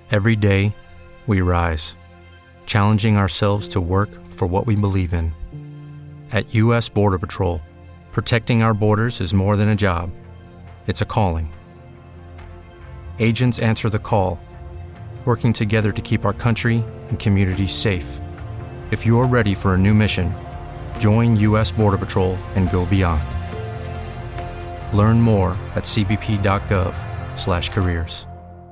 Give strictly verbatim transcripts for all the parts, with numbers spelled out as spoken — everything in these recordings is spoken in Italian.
Every day, we rise, challenging ourselves to work for what we believe in. At U S Border Patrol, protecting our borders is more than a job. It's a calling. Agents answer the call, working together to keep our country and communities safe. If you're ready for a new mission, join U S Border Patrol and go beyond. Learn more at c b p dot gov slash careers.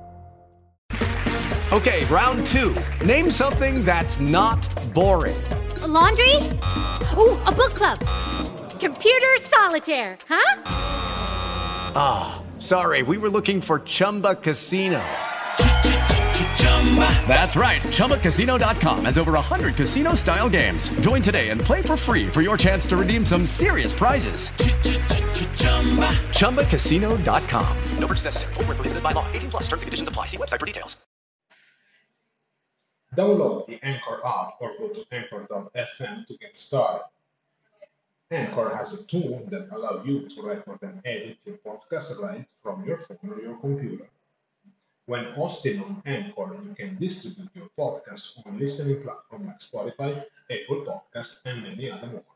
Okay, round two. Name something that's not boring. A laundry? Ooh, a book club. Computer solitaire, huh? Ah, oh, sorry, we were looking for Chumba Casino. That's right, Chumba Casino dot com has over one hundred casino-style games. Join today and play for free for your chance to redeem some serious prizes. Chumba Casino dot com. No purchase necessary. Void where prohibited by law. eighteen plus terms and conditions apply. See website for details. Download the Anchor app or go to anchor dot f m to get started. Anchor has a tool that allows you to record and edit your podcast right from your phone or your computer. When hosting on Anchor, you can distribute your podcast on listening platforms like Spotify, Apple Podcasts, and many other more.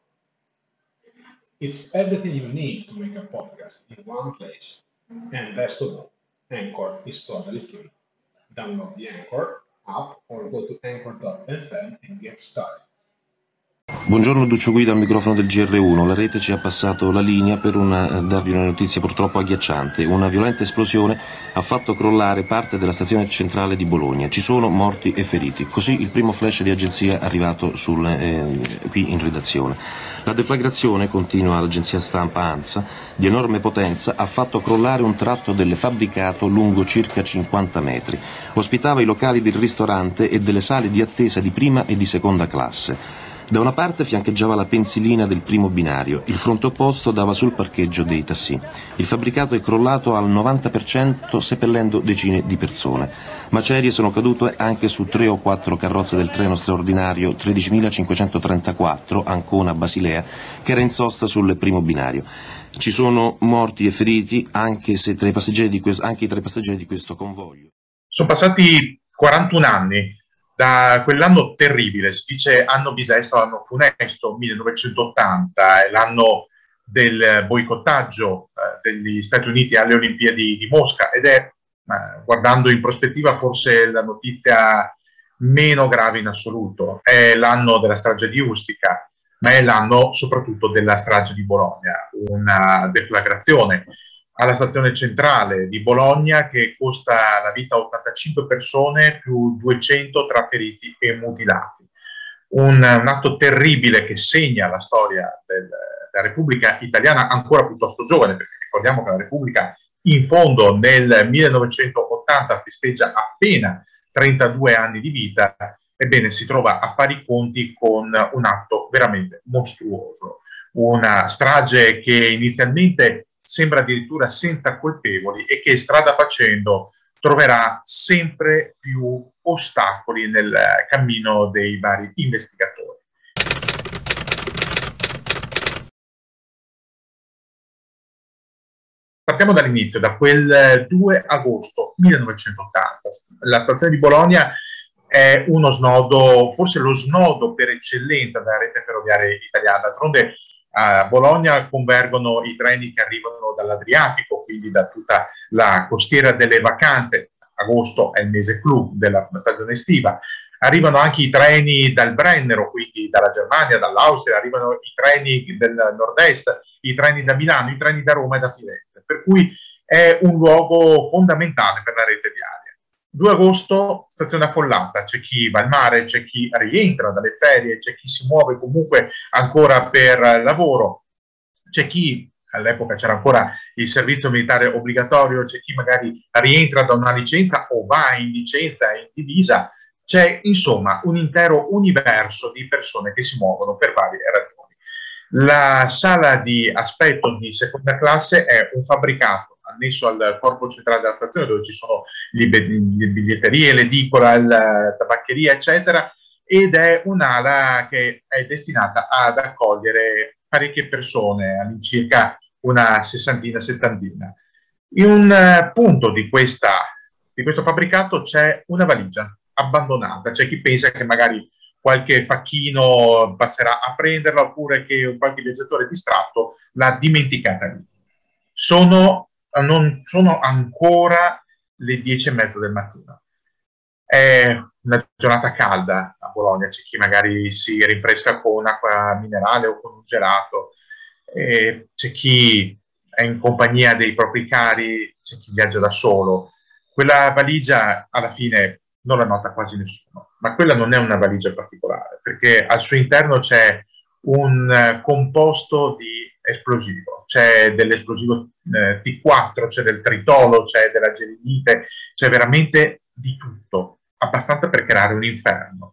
It's everything you need to make a podcast in one place. And best of all, Anchor is totally free. Download the Anchor app or go to anchor dot f m and get started. Buongiorno, Duccio Guida al microfono del G R uno. La rete ci ha passato la linea per una, darvi una notizia purtroppo agghiacciante. Una violenta esplosione ha fatto crollare parte della stazione centrale di Bologna. Ci sono morti e feriti. Così il primo flash di agenzia arrivato sul, eh, qui in redazione. La deflagrazione, continua l'agenzia stampa ANSA, di enorme potenza, ha fatto crollare un tratto del fabbricato lungo circa cinquanta metri. Ospitava i locali del ristorante e delle sale di attesa di prima e di seconda classe. Da una parte fiancheggiava la pensilina del primo binario, il fronte opposto dava sul parcheggio dei taxi. Il fabbricato è crollato al novanta per cento, seppellendo decine di persone. Macerie sono cadute anche su tre o quattro carrozze del treno straordinario tredicimilacinquecentotrentaquattro Ancona-Basilea, che era in sosta sul primo binario. Ci sono morti e feriti anche, se tra i passeggeri di questo, anche tra i passeggeri di questo convoglio. Sono passati quarantuno anni da quell'anno terribile, si dice anno bisesto, anno funesto, millenovecentottanta, è l'anno del boicottaggio eh, degli Stati Uniti alle Olimpiadi di Mosca, ed è, eh, guardando in prospettiva, forse la notizia meno grave in assoluto. È l'anno della strage di Ustica, ma è l'anno soprattutto della strage di Bologna, una deflagrazione alla stazione centrale di Bologna che costa la vita a ottantacinque persone più duecento tra feriti e mutilati. Un, un atto terribile che segna la storia del, della Repubblica Italiana, ancora piuttosto giovane, perché ricordiamo che la Repubblica in fondo nel millenovecentottanta festeggia appena trentadue anni di vita. Ebbene, si trova a fare i conti con un atto veramente mostruoso, una strage che inizialmente sembra addirittura senza colpevoli e che strada facendo troverà sempre più ostacoli nel cammino dei vari investigatori. Partiamo dall'inizio, da quel due agosto millenovecentottanta. La stazione di Bologna è uno snodo, forse lo snodo per eccellenza della rete ferroviaria italiana. D'altronde a Bologna convergono i treni che arrivano dall'Adriatico, quindi da tutta la costiera delle vacanze. Agosto è il mese clou della stagione estiva. Arrivano anche i treni dal Brennero, quindi dalla Germania, dall'Austria, arrivano i treni del nord-est, i treni da Milano, i treni da Roma e da Firenze, per cui è un luogo fondamentale per la rete viaria. due agosto, stazione affollata, c'è chi va al mare, c'è chi rientra dalle ferie, c'è chi si muove comunque ancora per lavoro, c'è chi, all'epoca c'era ancora il servizio militare obbligatorio, c'è chi magari rientra da una licenza o va in licenza in divisa, c'è insomma un intero universo di persone che si muovono per varie ragioni. La sala di aspetto di seconda classe è un fabbricato annesso al corpo centrale della stazione, dove ci sono le biglietterie, l'edicola, la tabaccheria, eccetera, ed è un'ala che è destinata ad accogliere parecchie persone, all'incirca una sessantina, settantina. In un punto di questa di questo fabbricato c'è una valigia abbandonata. C'è chi pensa che magari qualche facchino passerà a prenderla oppure che qualche viaggiatore distratto l'ha dimenticata lì. Sono, non sono ancora le dieci e mezza del mattino. È una giornata calda a Bologna, c'è chi magari si rinfresca con acqua minerale o con un gelato, e c'è chi è in compagnia dei propri cari, c'è chi viaggia da solo. Quella valigia alla fine non la nota quasi nessuno, ma quella non è una valigia particolare, perché al suo interno c'è un composto di esplosivo, c'è dell'esplosivo eh, T quattro, c'è del tritolo, c'è della gelinite, c'è veramente di tutto, abbastanza per creare un inferno.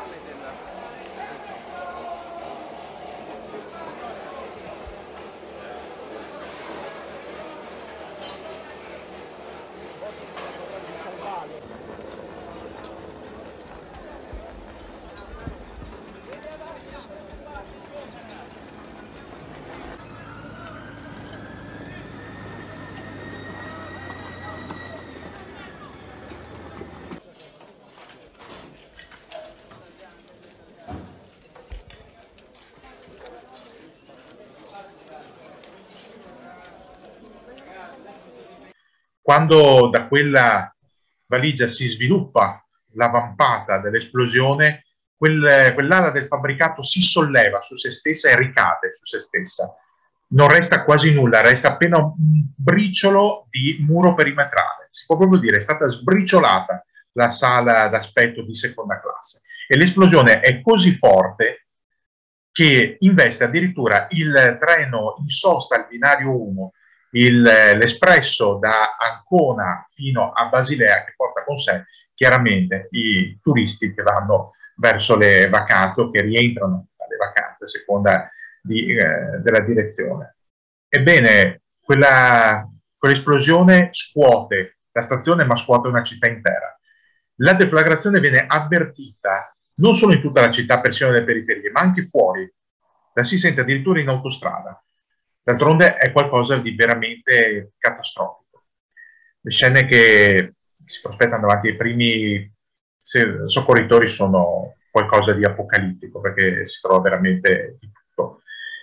Quando da quella valigia si sviluppa la vampata dell'esplosione, quel, quell'ala del fabbricato si solleva su se stessa e ricade su se stessa. Non resta quasi nulla, resta appena un briciolo di muro perimetrale. Si può proprio dire, è stata sbriciolata la sala d'aspetto di seconda classe. E l'esplosione è così forte che investe addirittura il treno in sosta al binario uno, l'espresso da Ancona fino a Basilea, che porta con sé chiaramente i turisti che vanno verso le vacanze o che rientrano dalle vacanze a seconda di, eh, della direzione. Ebbene, quella, quell'esplosione scuote la stazione, ma scuote una città intera. La deflagrazione viene avvertita non solo in tutta la città, persino nelle periferie, ma anche fuori. La si sente addirittura in autostrada. D'altronde è qualcosa di veramente catastrofico. Le scene che si prospettano davanti ai primi soccorritori sono qualcosa di apocalittico, perché si trova veramente di tutto.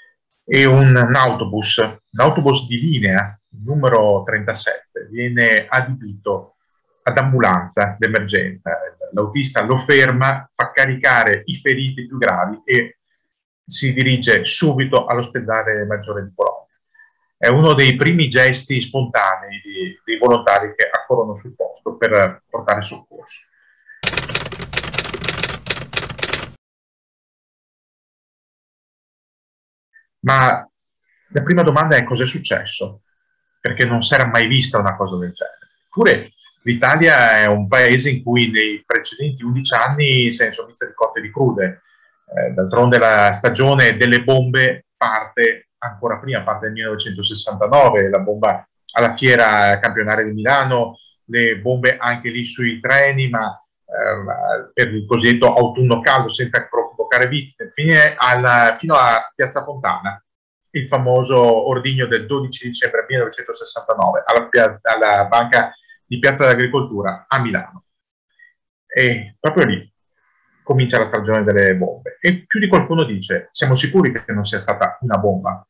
E un, un autobus, un autobus di linea, numero trentasette, viene adibito ad ambulanza d'emergenza. L'autista lo ferma, fa caricare i feriti più gravi e si dirige subito all'ospedale maggiore di Bologna. È uno dei primi gesti spontanei di, dei volontari che accorrono sul posto per portare soccorso. Ma la prima domanda è: cos'è successo? Perché non si era mai vista una cosa del genere. Eppure l'Italia è un paese in cui nei precedenti undici anni se ne sono viste di cotte e di crude. Eh, d'altronde la stagione delle bombe parte ancora prima, parte nel millenovecentosessantanove, la bomba alla fiera campionaria di Milano, le bombe anche lì sui treni, ma eh, per il cosiddetto autunno caldo senza provocare vittime, fine alla, fino a Piazza Fontana, il famoso ordigno del dodici dicembre millenovecentosessantanove alla, alla banca di Piazza dell'Agricoltura a Milano. E proprio lì comincia la stagione delle bombe. E più di qualcuno dice: siamo sicuri che non sia stata una bomba?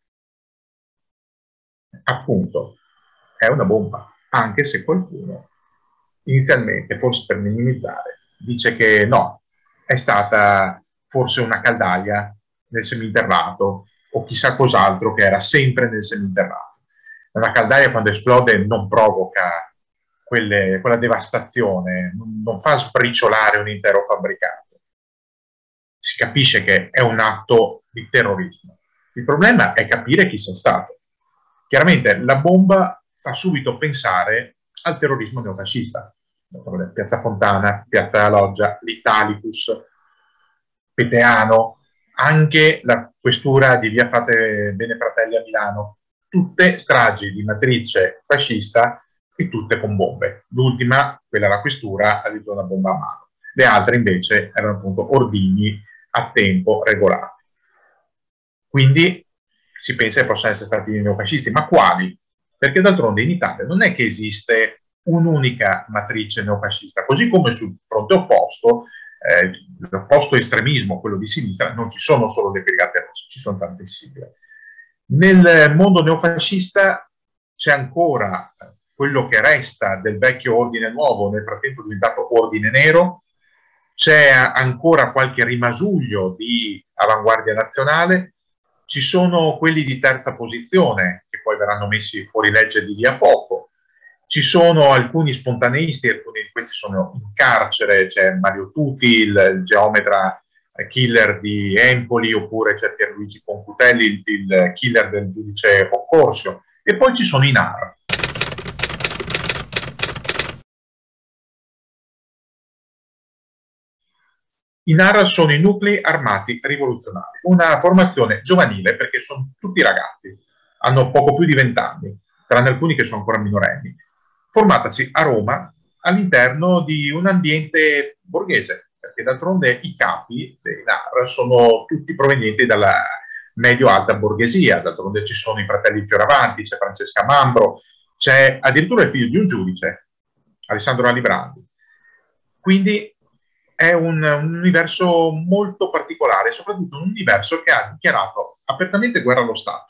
Appunto, è una bomba, anche se qualcuno inizialmente, forse per minimizzare, dice che no, è stata forse una caldaia nel seminterrato o chissà cos'altro che era sempre nel seminterrato. Una caldaia, quando esplode, non provoca quelle, quella devastazione, non, non fa sbriciolare un intero fabbricato. Si capisce che è un atto di terrorismo. Il problema è capire chi sia stato. Chiaramente la bomba fa subito pensare al terrorismo neofascista. Piazza Fontana, Piazza della Loggia, l'Italicus, Peteano, anche la questura di Via Fate Bene Fratelli a Milano. Tutte stragi di matrice fascista e tutte con bombe. L'ultima, quella alla questura, ha detto una bomba a mano. Le altre invece erano appunto ordigni a tempo regolati. Quindi si pensa che possano essere stati neofascisti, ma quali? Perché d'altronde in Italia non è che esiste un'unica matrice neofascista, così come sul fronte opposto, eh, l'opposto estremismo, quello di sinistra, non ci sono solo le Brigate Rosse, ci sono tantissime. Nel mondo neofascista c'è ancora quello che resta del vecchio ordine nuovo, nel frattempo è diventato ordine nero, c'è ancora qualche rimasuglio di avanguardia nazionale, ci sono quelli di terza posizione, che poi verranno messi fuori legge di lì a poco, ci sono alcuni spontaneisti, alcuni di questi sono in carcere, c'è Mario Tuti, il, il geometra killer di Empoli, oppure c'è Pierluigi Concutelli, il, il killer del giudice Occorsio, e poi ci sono i N A R. I N A R sono i nuclei armati rivoluzionari, una formazione giovanile perché sono tutti ragazzi, hanno poco più di vent'anni, tranne alcuni che sono ancora minorenni, formatasi a Roma all'interno di un ambiente borghese, perché d'altronde i capi dei N A R sono tutti provenienti dalla medio-alta borghesia, d'altronde ci sono i fratelli Fioravanti, c'è Francesca Mambro, c'è addirittura il figlio di un giudice, Alessandro Alibrandi. Quindi è un, un universo molto particolare, soprattutto un universo che ha dichiarato apertamente guerra allo Stato.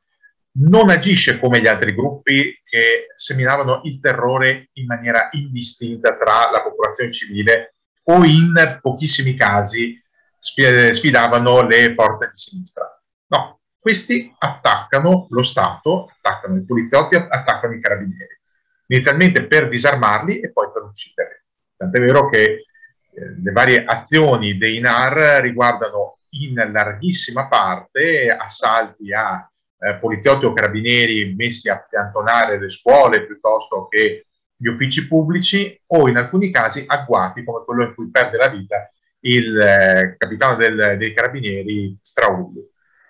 Non agisce come gli altri gruppi che seminavano il terrore in maniera indistinta tra la popolazione civile o in pochissimi casi sfidavano le forze di sinistra. No, questi attaccano lo Stato, attaccano i poliziotti, attaccano i carabinieri, inizialmente per disarmarli e poi per ucciderli. Tant'è vero che eh, le varie azioni dei N A R riguardano in larghissima parte assalti a Eh, poliziotti o carabinieri messi a piantonare le scuole piuttosto che gli uffici pubblici, o in alcuni casi agguati come quello in cui perde la vita il eh, capitano del, dei carabinieri Straulli.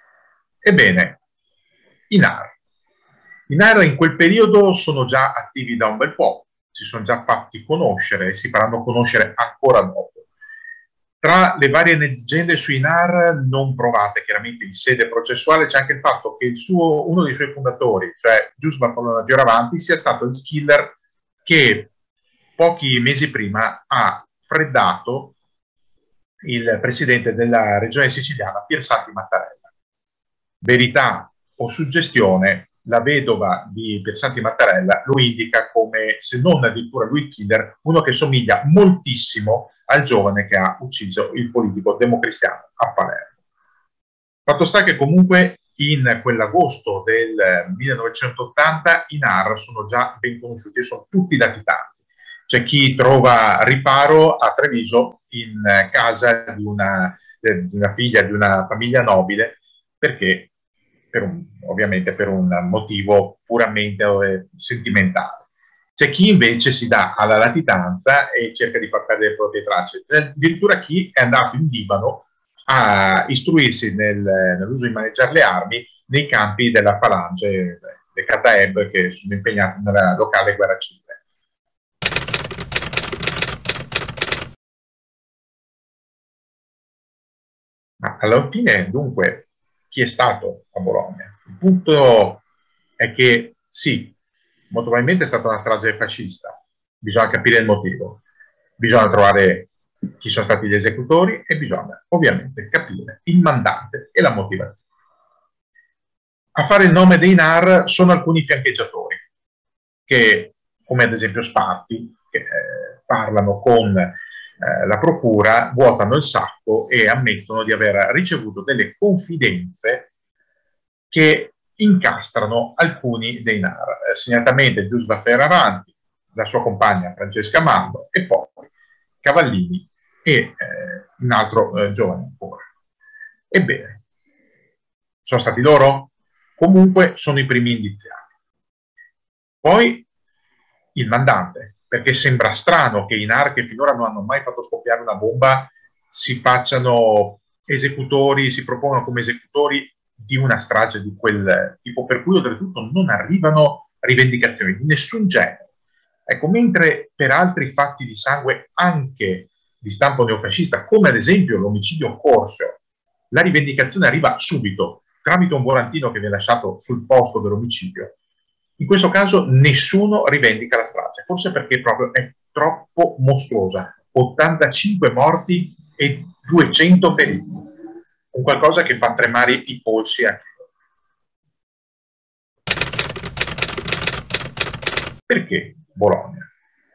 Ebbene, i N A R. I N A R in quel periodo sono già attivi da un bel po', si sono già fatti conoscere e si faranno conoscere ancora dopo. Tra le varie leggende sui N A R non provate chiaramente in sede processuale c'è anche il fatto che il suo, uno dei suoi fondatori, cioè Giuseppe Fioravanti, sia stato il killer che pochi mesi prima ha freddato il presidente della regione siciliana Piersanti Mattarella. Verità o suggestione, la vedova di Piersanti Mattarella lo indica come, se non addirittura lui killer, uno che somiglia moltissimo al giovane che ha ucciso il politico democristiano a Palermo. Fatto sta che comunque in quell'agosto del millenovecentottanta i N A R sono già ben conosciuti e sono tutti latitanti. C'è chi trova riparo a Treviso in casa di una, di una figlia di una famiglia nobile, perché per un, ovviamente per un motivo puramente sentimentale. C'è chi invece si dà alla latitanza e cerca di far perdere le proprie tracce. C'è addirittura chi è andato in Libano a istruirsi nel, nell'uso di maneggiare le armi nei campi della Falange, le Kataeb, che sono impegnati nella locale guerra civile. Ma alla fine, dunque, chi è stato a Bologna? Il punto è che sì, molto probabilmente è stata una strage fascista, bisogna capire il motivo, bisogna trovare chi sono stati gli esecutori e bisogna ovviamente capire il mandante e la motivazione. A fare il nome dei N A R sono alcuni fiancheggiatori, che, come ad esempio Sparti, che eh, parlano con eh, la procura, vuotano il sacco e ammettono di aver ricevuto delle confidenze che incastrano alcuni dei N A R, eh, segnatamente Giuseppe Fioravanti, la sua compagna Francesca Mambro e poi Cavallini e eh, un altro eh, giovane ancora. Ebbene, sono stati loro? Comunque sono i primi indiziati. Poi il mandante, perché sembra strano che i N A R che finora non hanno mai fatto scoppiare una bomba si facciano esecutori, si propongono come esecutori di una strage di quel tipo, per cui oltretutto non arrivano rivendicazioni di nessun genere. Ecco, mentre per altri fatti di sangue anche di stampo neofascista, come ad esempio l'omicidio Occorsio, la rivendicazione arriva subito, tramite un volantino che viene lasciato sul posto dell'omicidio. In questo caso nessuno rivendica la strage, forse perché proprio è troppo mostruosa. ottantacinque morti e duecento feriti, un qualcosa che fa tremare i polsi a chi. Perché Bologna?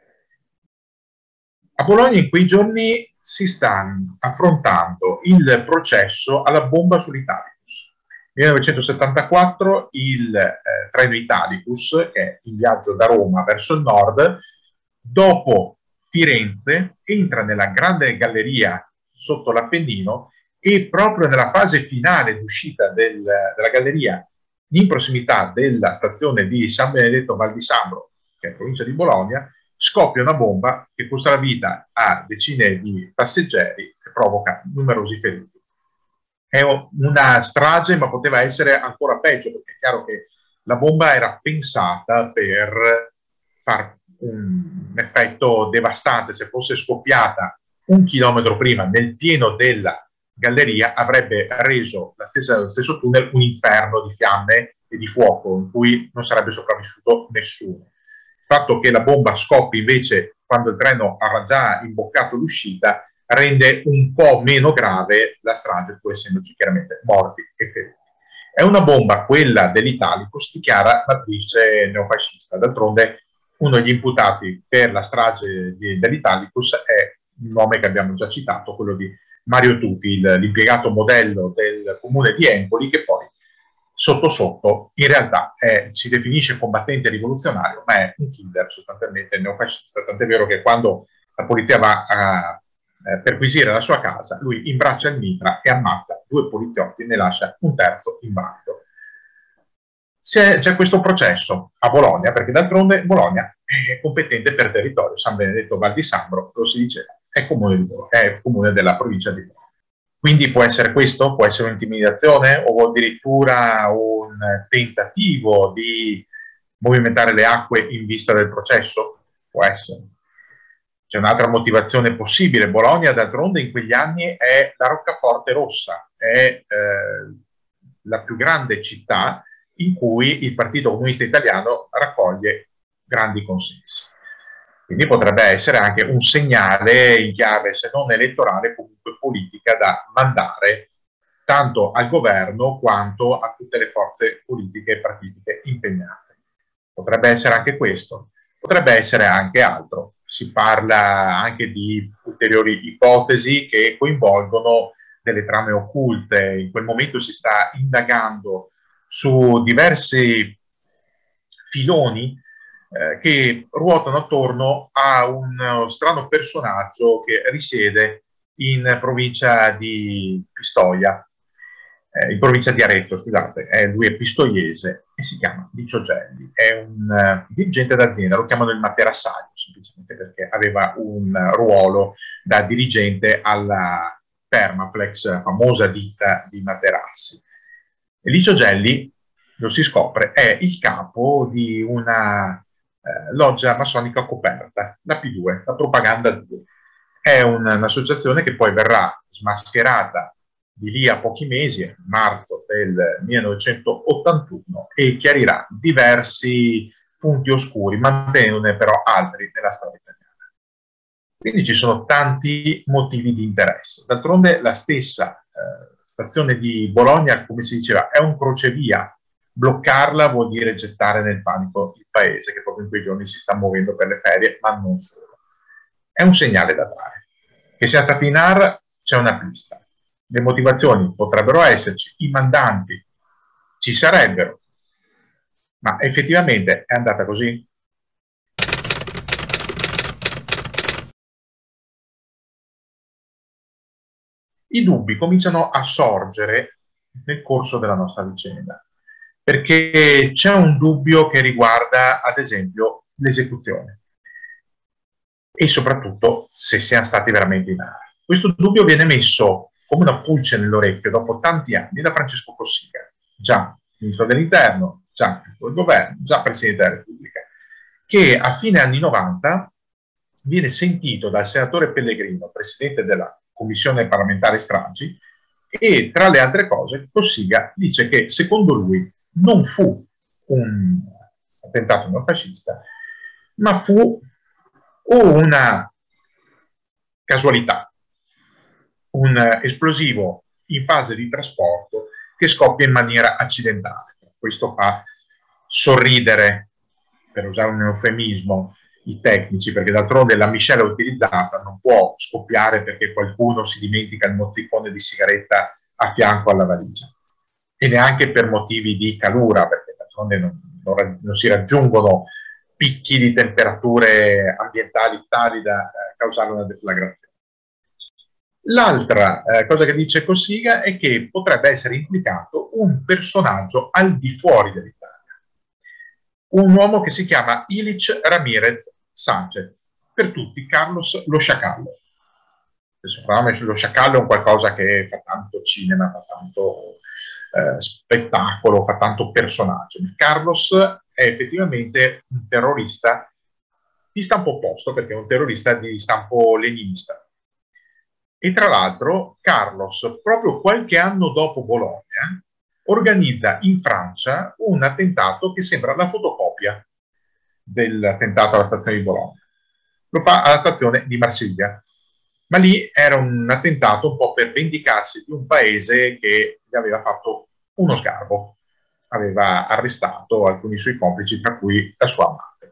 A Bologna in quei giorni si sta affrontando il processo alla bomba sull'Italicus. millenovecentosettantaquattro il eh, treno Italicus, che è in viaggio da Roma verso il nord, dopo Firenze entra nella grande galleria sotto l'Appennino e proprio nella fase finale d'uscita del, della galleria, in prossimità della stazione di San Benedetto Val di Sambro, che è in provincia di Bologna, scoppia una bomba che costa la vita a decine di passeggeri e provoca numerosi feriti. È una strage, ma poteva essere ancora peggio, perché è chiaro che la bomba era pensata per far un effetto devastante. Se fosse scoppiata un chilometro prima nel pieno della galleria, avrebbe reso la stessa, lo stesso tunnel un inferno di fiamme e di fuoco in cui non sarebbe sopravvissuto nessuno. Il fatto che la bomba scoppi invece quando il treno ha già imboccato l'uscita rende un po' meno grave la strage, pur essendoci chiaramente morti e feriti. È una bomba, quella dell'Italicus, di chiara matrice neofascista. D'altronde uno degli imputati per la strage dell'Italicus è un nome che abbiamo già citato, quello di Mario Tuti, l'impiegato modello del comune di Empoli, che poi sotto sotto in realtà è, si definisce combattente rivoluzionario, ma è un killer sostanzialmente neofascista, tant'è vero che quando la polizia va a eh, perquisire la sua casa, lui imbraccia il mitra e ammazza due poliziotti e ne lascia un terzo invalido. C'è questo processo a Bologna, perché d'altronde Bologna è competente per territorio. San Benedetto Val di Sambro, lo si diceva, è comune, di Bologna, è comune della provincia di Bologna. Quindi può essere questo, può essere un'intimidazione o addirittura un tentativo di movimentare le acque in vista del processo? Può essere. C'è un'altra motivazione possibile. Bologna, d'altronde, in quegli anni è la roccaforte rossa, è eh, la più grande città in cui il Partito Comunista Italiano raccoglie grandi consensi. Quindi potrebbe essere anche un segnale in chiave, se non elettorale, comunque politica, da mandare tanto al governo quanto a tutte le forze politiche e partitiche impegnate. Potrebbe essere anche questo, potrebbe essere anche altro. Si parla anche di ulteriori ipotesi che coinvolgono delle trame occulte. In quel momento si sta indagando su diversi filoni eh, che ruotano attorno a un strano personaggio che risiede in provincia di Pistoia, eh, in provincia di Arezzo, scusate, eh, lui è pistoiese e si chiama Licio Gelli, è un uh, dirigente d'azienda, lo chiamano il materassaio, semplicemente perché aveva un uh, ruolo da dirigente alla Permaflex, famosa ditta di materassi. E Licio Gelli, lo si scopre, è il capo di una eh, loggia massonica coperta, la P due, la Propaganda due. È un'associazione che poi verrà smascherata di lì a pochi mesi, marzo del millenovecentottantuno, e chiarirà diversi punti oscuri, mantenendone però altri nella storia italiana. Quindi ci sono tanti motivi di interesse. D'altronde la stessa eh, stazione di Bologna, come si diceva, è un crocevia. Bloccarla vuol dire gettare nel panico il paese, che proprio in quei giorni si sta muovendo per le ferie, ma non solo. È un segnale da dare. Che sia stata in A R c'è una pista. Le motivazioni potrebbero esserci, i mandanti ci sarebbero, ma effettivamente è andata così? I dubbi cominciano a sorgere nel corso della nostra vicenda, perché c'è un dubbio che riguarda, ad esempio, l'esecuzione e soprattutto se siano stati veramente in A R. Questo dubbio viene messo come una pulce nell'orecchio dopo tanti anni da Francesco Cossiga, già ministro dell'Interno, già del governo, già Presidente della Repubblica, che a fine anni novanta viene sentito dal senatore Pellegrino, Presidente della Commissione parlamentare stragi, e tra le altre cose Cossiga dice che secondo lui non fu un attentato neofascista, ma fu una casualità, un esplosivo in fase di trasporto che scoppia in maniera accidentale. Questo fa sorridere, per usare un eufemismo, i tecnici, perché d'altronde la miscela utilizzata non può scoppiare perché qualcuno si dimentica il mozzicone di sigaretta a fianco alla valigia, e neanche per motivi di calura, perché d'altronde non, non, non si raggiungono picchi di temperature ambientali tali da eh, causare una deflagrazione. L'altra eh, cosa che dice Cossiga è che potrebbe essere implicato un personaggio al di fuori dell'Italia, un uomo che si chiama Ilich Ramirez Sanchez, per tutti Carlos lo Sciacallo. Il soprannome lo Sciacallo è un qualcosa che fa tanto cinema, fa tanto eh, spettacolo, fa tanto personaggio. Carlos è effettivamente un terrorista di stampo opposto, perché è un terrorista di stampo leninista. E tra l'altro Carlos, proprio qualche anno dopo Bologna, organizza in Francia un attentato che sembra la fotocopia dell'attentato alla stazione di Bologna. Lo fa alla stazione di Marsiglia, ma lì era un attentato un po' per vendicarsi di un paese che gli aveva fatto uno sgarbo, aveva arrestato alcuni suoi complici, tra cui la sua amante.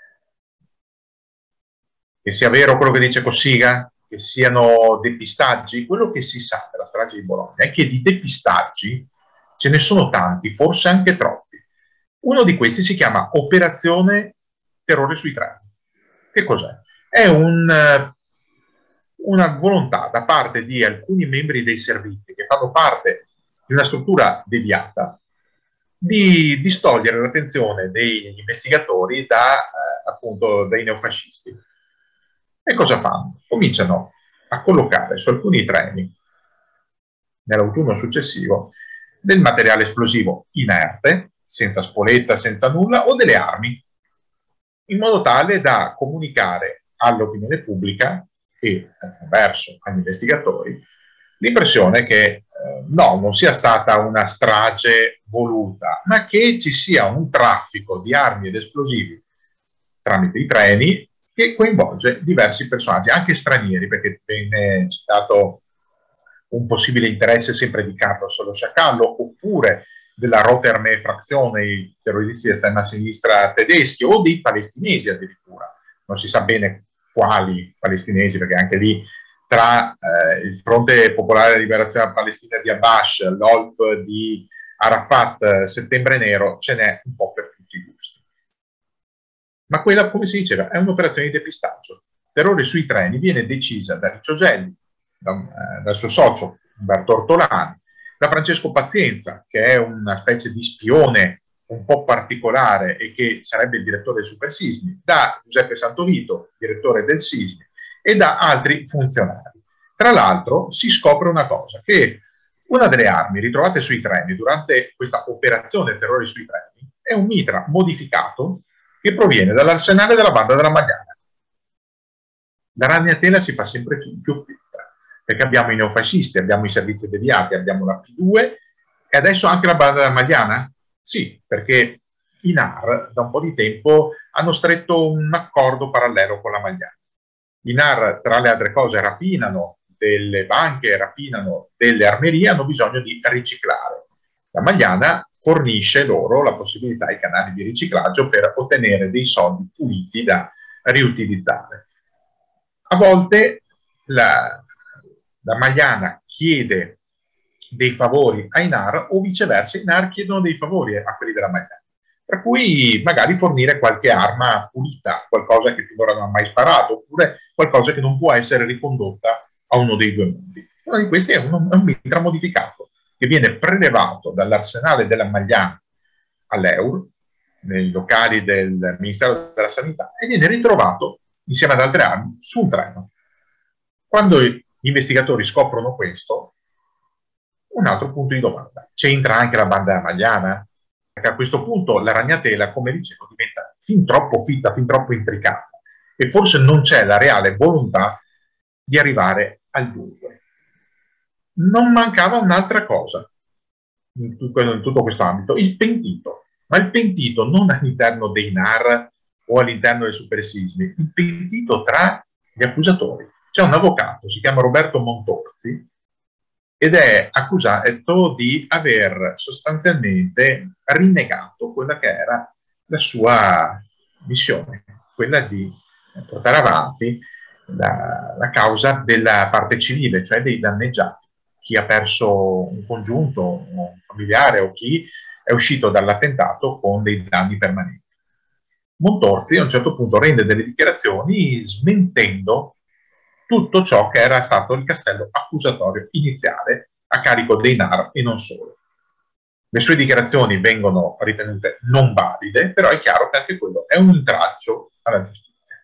Che sia vero quello che dice Cossiga, che siano depistaggi, quello che si sa della strage di Bologna è che di depistaggi ce ne sono tanti, forse anche troppi. Uno di questi si chiama Operazione Terrore sui treni. Che cos'è? È un, una volontà da parte di alcuni membri dei servizi che fanno parte di una struttura deviata di distogliere l'attenzione degli investigatori da, eh, appunto, dai neofascisti. E cosa fanno? Cominciano a collocare su alcuni treni, nell'autunno successivo, del materiale esplosivo inerte, senza spoletta, senza nulla, o delle armi, in modo tale da comunicare all'opinione pubblica e verso agli investigatori l'impressione che eh, no, non sia stata una strage voluta, ma che ci sia un traffico di armi ed esplosivi tramite i treni che coinvolge diversi personaggi, anche stranieri, perché viene citato un possibile interesse sempre di Carlos lo Sciacallo, oppure della Rote Armee Frazione, i terroristi di estrema sinistra tedeschi, o dei palestinesi addirittura. Non si sa bene quali palestinesi, perché anche lì tra eh, il Fronte Popolare della Liberazione della Palestina di Abbas, l'O L P di Arafat, Settembre Nero, ce n'è un po' per tutti i gusti. Ma quella, come si diceva, è un'operazione di depistaggio. Terrore sui treni viene decisa da Riccio Gelli, da, eh, dal suo socio Umberto Ortolani, da Francesco Pazienza, che è una specie di spione un po' particolare e che sarebbe il direttore del Supersismi, da Giuseppe Santovito, direttore del Sismi, e da altri funzionari. Tra l'altro si scopre una cosa, che una delle armi ritrovate sui treni durante questa operazione terrore sui treni è un mitra modificato che proviene dall'arsenale della banda della Magliana. La ragnatela si fa sempre più fitta, perché abbiamo i neofascisti, abbiamo i servizi deviati, abbiamo la P due e adesso anche la banda della Magliana? Sì, perché i N A R da un po' di tempo hanno stretto un accordo parallelo con la Magliana. I N A R, tra le altre cose, rapinano delle banche, rapinano delle armerie, hanno bisogno di riciclare. La Magliana fornisce loro la possibilità, i canali di riciclaggio, per ottenere dei soldi puliti da riutilizzare. A volte la, la Magliana chiede dei favori ai N A R o viceversa i N A R chiedono dei favori a quelli della Magliana, tra cui magari fornire qualche arma pulita, qualcosa che finora non ha mai sparato, oppure qualcosa che non può essere ricondotta a uno dei due mondi. Uno di questi è un, un mitra modificato che viene prelevato dall'arsenale della Magliana all'Eur, nei locali del Ministero della Sanità, e viene ritrovato insieme ad altre armi su un treno. Quando gli investigatori scoprono questo, un altro punto di domanda: c'entra anche la banda magliana? Perché a questo punto la ragnatela, come dicevo, diventa fin troppo fitta, fin troppo intricata, e forse non c'è la reale volontà di arrivare al dunque. Non mancava un'altra cosa in tutto, in tutto questo ambito: il pentito. ma il pentito non all'interno dei N A R o all'interno dei supersismi, il pentito tra gli accusatori. C'è un avvocato, si chiama Roberto Montorsi, ed è accusato di aver sostanzialmente rinnegato quella che era la sua missione, quella di portare avanti la, la causa della parte civile, cioè dei danneggiati, chi ha perso un congiunto, un familiare o chi è uscito dall'attentato con dei danni permanenti. Montorsi a un certo punto rende delle dichiarazioni smentendo tutto ciò che era stato il castello accusatorio iniziale a carico dei N A R e non solo. Le sue dichiarazioni vengono ritenute non valide, però è chiaro che anche quello è un intralcio alla giustizia.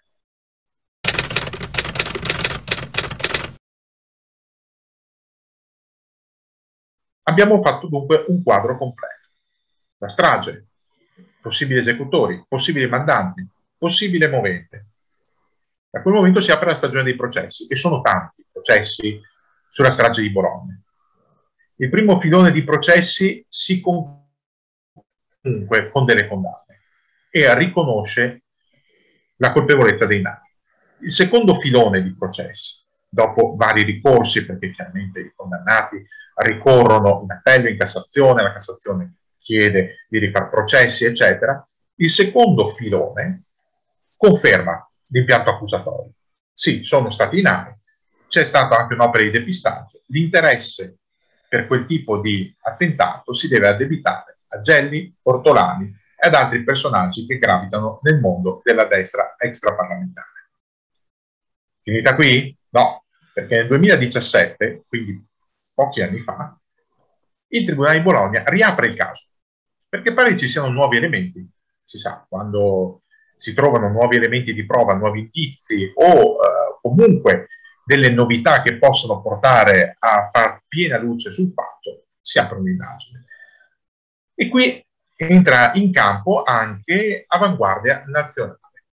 Abbiamo fatto dunque un quadro completo. La strage, possibili esecutori, possibili mandanti, possibile movente. Da quel momento si apre la stagione dei processi, e sono tanti i processi sulla strage di Bologna. Il primo filone di processi si conclude comunque con delle condanne e riconosce la colpevolezza dei N A R. Il secondo filone di processi, dopo vari ricorsi, perché chiaramente i condannati ricorrono in appello, in Cassazione, la Cassazione chiede di rifare processi, eccetera, il secondo filone conferma l'impianto accusatorio. Sì, sono stati in A R, c'è stata anche un'opera di depistaggio, l'interesse per quel tipo di attentato si deve addebitare a Gelli, Ortolani e ad altri personaggi che gravitano nel mondo della destra extraparlamentare. Finita qui? No, perché nel duemiladiciassette, quindi pochi anni fa, il Tribunale di Bologna riapre il caso, perché pare ci siano nuovi elementi. Si sa, quando si trovano nuovi elementi di prova, nuovi indizi o eh, comunque delle novità che possono portare a far piena luce sul fatto, si apre un'indagine. E qui entra in campo anche Avanguardia Nazionale,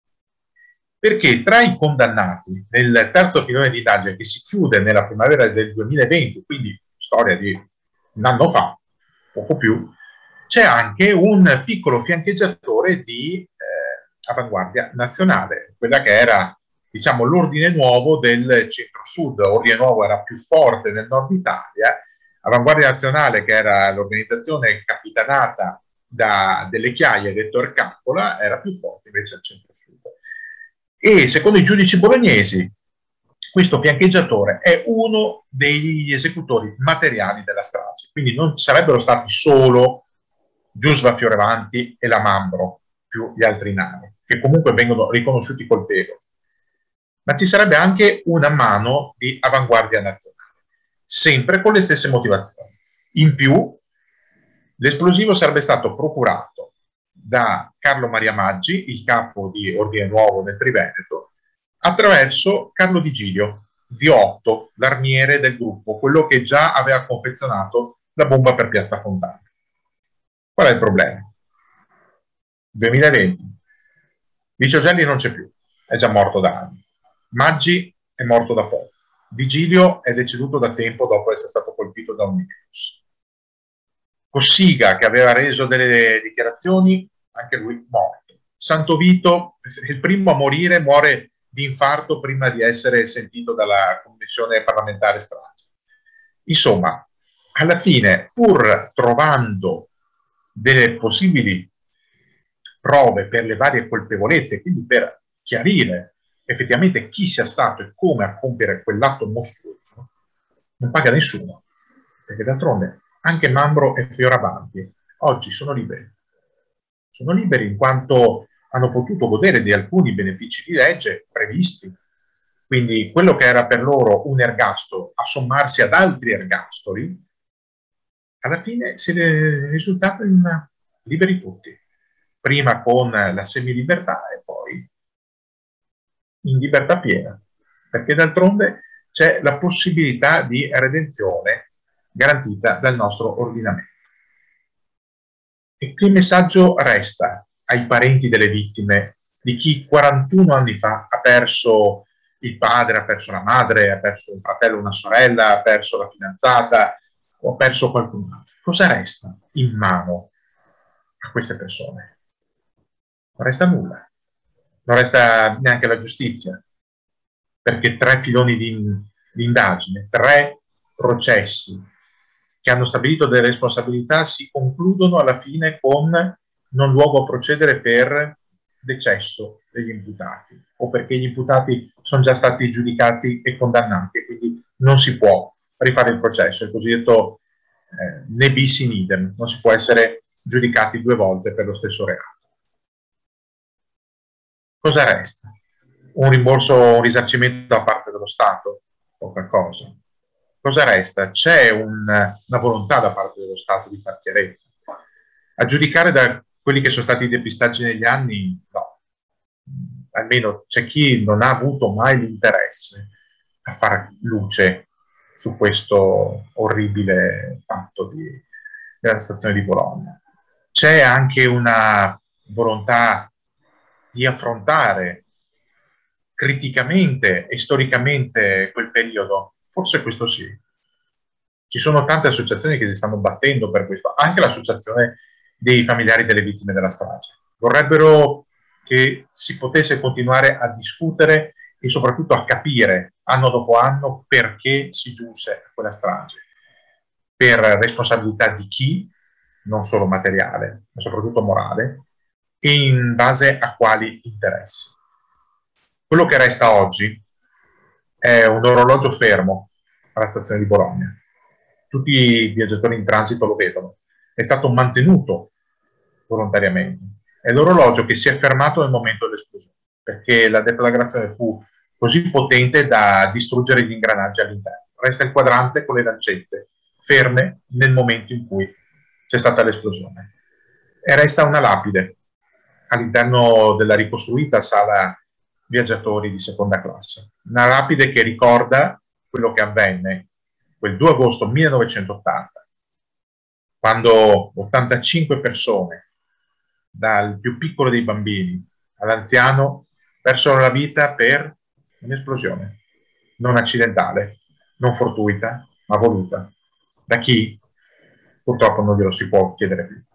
perché tra i condannati nel terzo filone di indagine, che si chiude nella primavera del duemilaventi, quindi storia di un anno fa, poco più, c'è anche un piccolo fiancheggiatore di eh, Avanguardia Nazionale, quella che era, diciamo, l'ordine nuovo del centro-sud. Ordine Nuovo era più forte nel nord Italia, Avanguardia Nazionale, che era l'organizzazione capitanata da Delle Chiaie, detto Ercappola, era più forte invece al centro-sud. E secondo i giudici bolognesi, questo fiancheggiatore è uno degli esecutori materiali della strage, quindi non sarebbero stati solo Giusva Fioravanti e la Mambro, più gli altri nani, che comunque vengono riconosciuti colpevoli, ma ci sarebbe anche una mano di Avanguardia Nazionale, sempre con le stesse motivazioni. In più, l'esplosivo sarebbe stato procurato da Carlo Maria Maggi, il capo di Ordine Nuovo nel Triveneto, attraverso Carlo Di Giglio, zio Otto, l'armiere del gruppo, quello che già aveva confezionato la bomba per Piazza Fontana. Qual è il problema? duemilaventi. Licio Gelli non c'è più, è già morto da anni. Maggi è morto da poco. Di Giglio è deceduto da tempo dopo essere stato colpito da un ictus. Cossiga, che aveva reso delle dichiarazioni, anche lui morto. Santo Vito, il primo a morire, muore di infarto prima di essere sentito dalla commissione parlamentare strage. Insomma, alla fine, pur trovando delle possibili prove per le varie colpevolezze, quindi per chiarire effettivamente chi sia stato e come a compiere quell'atto mostruoso, non paga nessuno, perché d'altronde anche Mambro e Fioravanti oggi sono liberi. Sono liberi in quanto hanno potuto godere di alcuni benefici di legge previsti. Quindi quello che era per loro un ergastolo a sommarsi ad altri ergastoli, alla fine si è risultato in liberi tutti. Prima con la semilibertà e poi in libertà piena, perché d'altronde c'è la possibilità di redenzione garantita dal nostro ordinamento. E che messaggio resta ai parenti delle vittime, di chi quarantuno anni fa ha perso il padre, ha perso la madre, ha perso un fratello, una sorella, ha perso la fidanzata o ha perso qualcun altro? Cosa resta in mano a queste persone? Non resta nulla, non resta neanche la giustizia, perché tre filoni di, di indagine, tre processi che hanno stabilito delle responsabilità si concludono alla fine con non luogo a procedere per decesso degli imputati o perché gli imputati sono già stati giudicati e condannati e quindi non si può rifare il processo, il cosiddetto eh, ne bis in idem, non si può essere giudicati due volte per lo stesso reato. Cosa resta? Un rimborso, un risarcimento da parte dello Stato? Poca cosa. Cosa resta? C'è un, una volontà da parte dello Stato di far chiarezza. A giudicare da quelli che sono stati i depistaggi negli anni, no. Almeno c'è chi non ha avuto mai l'interesse a far luce su questo orribile fatto di, della stazione di Bologna. C'è anche una volontà di affrontare criticamente e storicamente quel periodo. Forse questo sì. Ci sono tante associazioni che si stanno battendo per questo, anche l'associazione dei familiari delle vittime della strage. Vorrebbero che si potesse continuare a discutere e soprattutto a capire anno dopo anno perché si giunse a quella strage, per responsabilità di chi, non solo materiale, ma soprattutto morale, e in base a quali interessi. Quello che resta oggi è un orologio fermo alla stazione di Bologna. Tutti i viaggiatori in transito lo vedono. È stato mantenuto volontariamente. È l'orologio che si è fermato nel momento dell'esplosione, perché la deflagrazione fu così potente da distruggere gli ingranaggi all'interno. Resta il quadrante con le lancette ferme nel momento in cui c'è stata l'esplosione. E resta una lapide all'interno della ricostruita sala viaggiatori di seconda classe. Una lapide che ricorda quello che avvenne quel due agosto millenovecentottanta, quando ottantacinque persone, dal più piccolo dei bambini all'anziano, persero la vita per un'esplosione non accidentale, non fortuita, ma voluta. Da chi? Purtroppo non glielo si può chiedere più.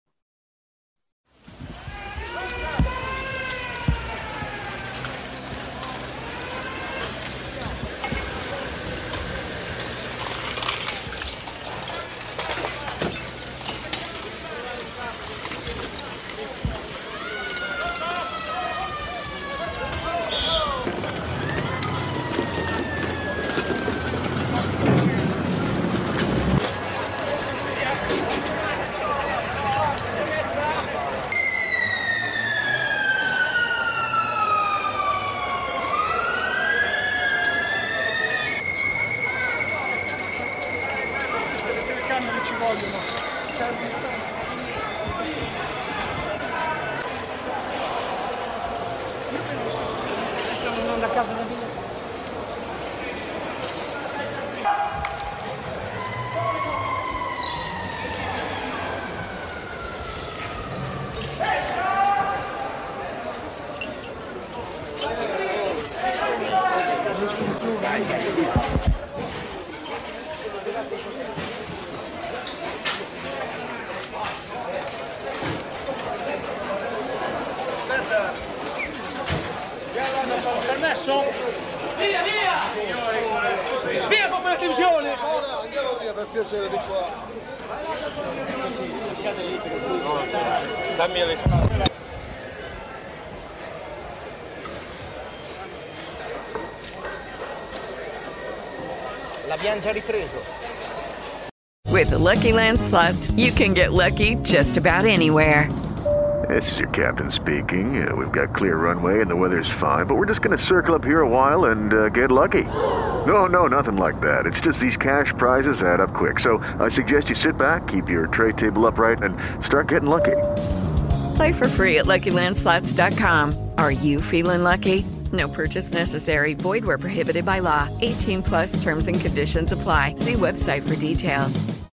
Permesso? Via, via! Via con l'attenzione! Andiamo via per piacere di qua. Dammi le spalle. L'abbiamo già ripreso. With the Lucky Land Slots, you can get lucky just about anywhere. This is your captain speaking. Uh, we've got clear runway and the weather's fine, but we're just going to circle up here a while and uh, get lucky. No, no, nothing like that. It's just these cash prizes add up quick. So I suggest you sit back, keep your tray table upright, and start getting lucky. Play for free at Lucky Land Slots dot com. Are you feeling lucky? No purchase necessary. Void where prohibited by law. eighteen plus terms and conditions apply. See website for details.